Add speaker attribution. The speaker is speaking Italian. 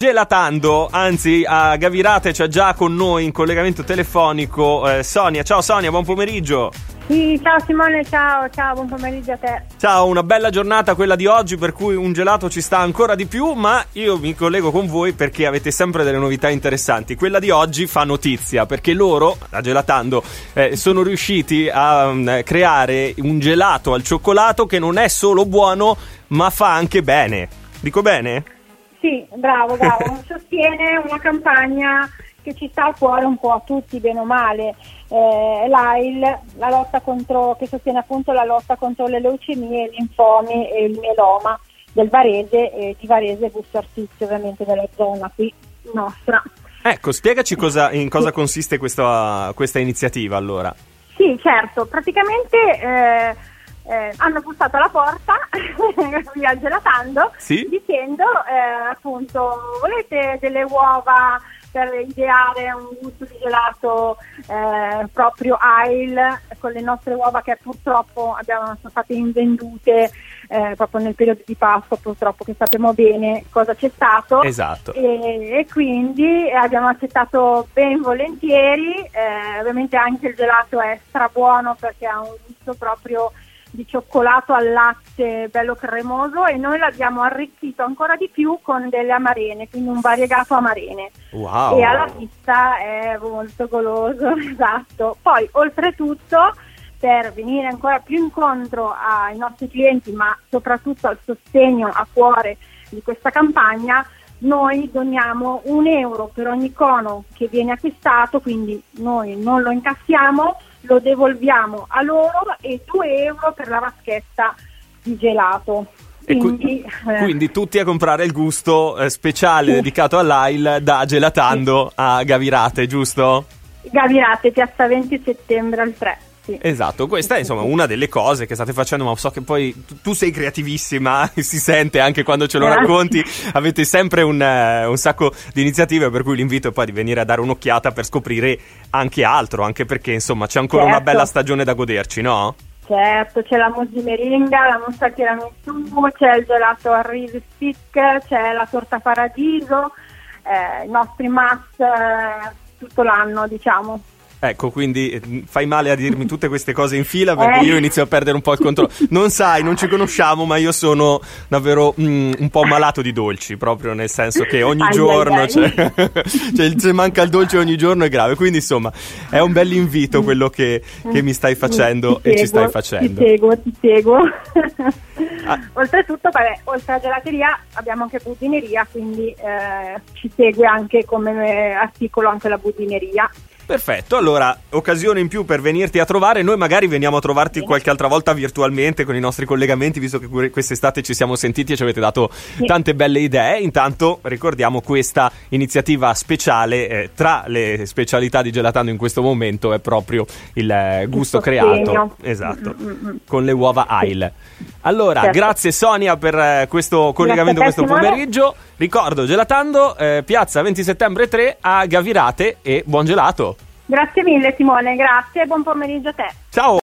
Speaker 1: Gelatando, anzi a Gavirate c'è già con noi in collegamento telefonico Sonia. Ciao Sonia, buon pomeriggio.
Speaker 2: Sì, ciao Simone, ciao, buon pomeriggio a te.
Speaker 1: Ciao, una bella giornata quella di oggi, per cui un gelato ci sta ancora di più, ma io mi collego con voi perché avete sempre delle novità interessanti. Quella di oggi fa notizia perché loro, a Gelatando, sono riusciti a creare un gelato al cioccolato che non è solo buono, ma fa anche bene. Dico bene?
Speaker 2: Sì, bravo, sostiene una campagna che ci sta a cuore un po' a tutti, bene o male, l'AIL, la lotta contro, che sostiene appunto la lotta contro le leucemie, i linfomi e il mieloma del Varese e di Varese e Busto Arsizio, ovviamente della zona qui nostra.
Speaker 1: Ecco, spiegaci in cosa consiste questa iniziativa allora.
Speaker 2: Sì, certo, praticamente hanno bussato alla porta qui al Gelatando,
Speaker 1: sì?
Speaker 2: dicendo appunto volete delle uova per ideare un gusto di gelato proprio AIL con le nostre uova che purtroppo sono state invendute proprio nel periodo di Pasqua, purtroppo che sappiamo bene cosa c'è stato.
Speaker 1: Esatto.
Speaker 2: E quindi abbiamo accettato ben volentieri, ovviamente anche il gelato è strabuono perché ha un gusto proprio di cioccolato al latte bello cremoso e noi l'abbiamo arricchito ancora di più con delle amarene, quindi un variegato amarene.
Speaker 1: Wow.
Speaker 2: E alla vista è molto goloso, esatto. Poi oltretutto, per venire ancora più incontro ai nostri clienti, ma soprattutto al sostegno a cuore di questa campagna, noi doniamo €1 per ogni cono che viene acquistato, quindi noi non lo incassiamo, lo devolviamo a loro, e €2 per la vaschetta di gelato.
Speaker 1: Quindi tutti a comprare il gusto speciale dedicato all'AIL da Gelatando a Gavirate, giusto?
Speaker 2: Gavirate, piazza 20 settembre al 3. Sì.
Speaker 1: Esatto, questa è insomma una delle cose che state facendo, ma so che poi tu sei creativissima, si sente anche quando ce lo racconti, avete sempre un sacco di iniziative, per cui l'invito è poi di venire a dare un'occhiata per scoprire anche altro, anche perché insomma c'è ancora una bella stagione da goderci, no?
Speaker 2: Certo, c'è la mousse di meringa, la mousse al tiramisù, c'è il gelato al riso stick, c'è la torta paradiso, i nostri tutto l'anno, diciamo.
Speaker 1: Ecco, quindi fai male a dirmi tutte queste cose in fila perché io inizio a perdere un po' il controllo. Non ci conosciamo, ma io sono davvero un po' malato di dolci, proprio nel senso che ogni giorno se manca il dolce ogni giorno è grave. Quindi insomma è un bel invito quello che mi stai facendo e ci stai facendo.
Speaker 2: Ti seguo. Oltretutto, oltre alla gelateria abbiamo anche budineria, quindi ci segue anche come articolo anche la budineria.
Speaker 1: Perfetto, allora occasione in più per venirti a trovare. Noi magari veniamo a trovarti qualche altra volta virtualmente con i nostri collegamenti, visto che quest'estate ci siamo sentiti e ci avete dato tante belle idee. Intanto ricordiamo questa iniziativa speciale, tra le specialità di Gelatando in questo momento è proprio il gusto creato, esatto, con le uova AIL. Allora, grazie Sonia per questo collegamento questo pomeriggio. Ricordo, Gelatando, piazza 20 settembre 3 a Gavirate, e buon gelato.
Speaker 2: Grazie mille Simone, grazie e buon pomeriggio a te.
Speaker 1: Ciao.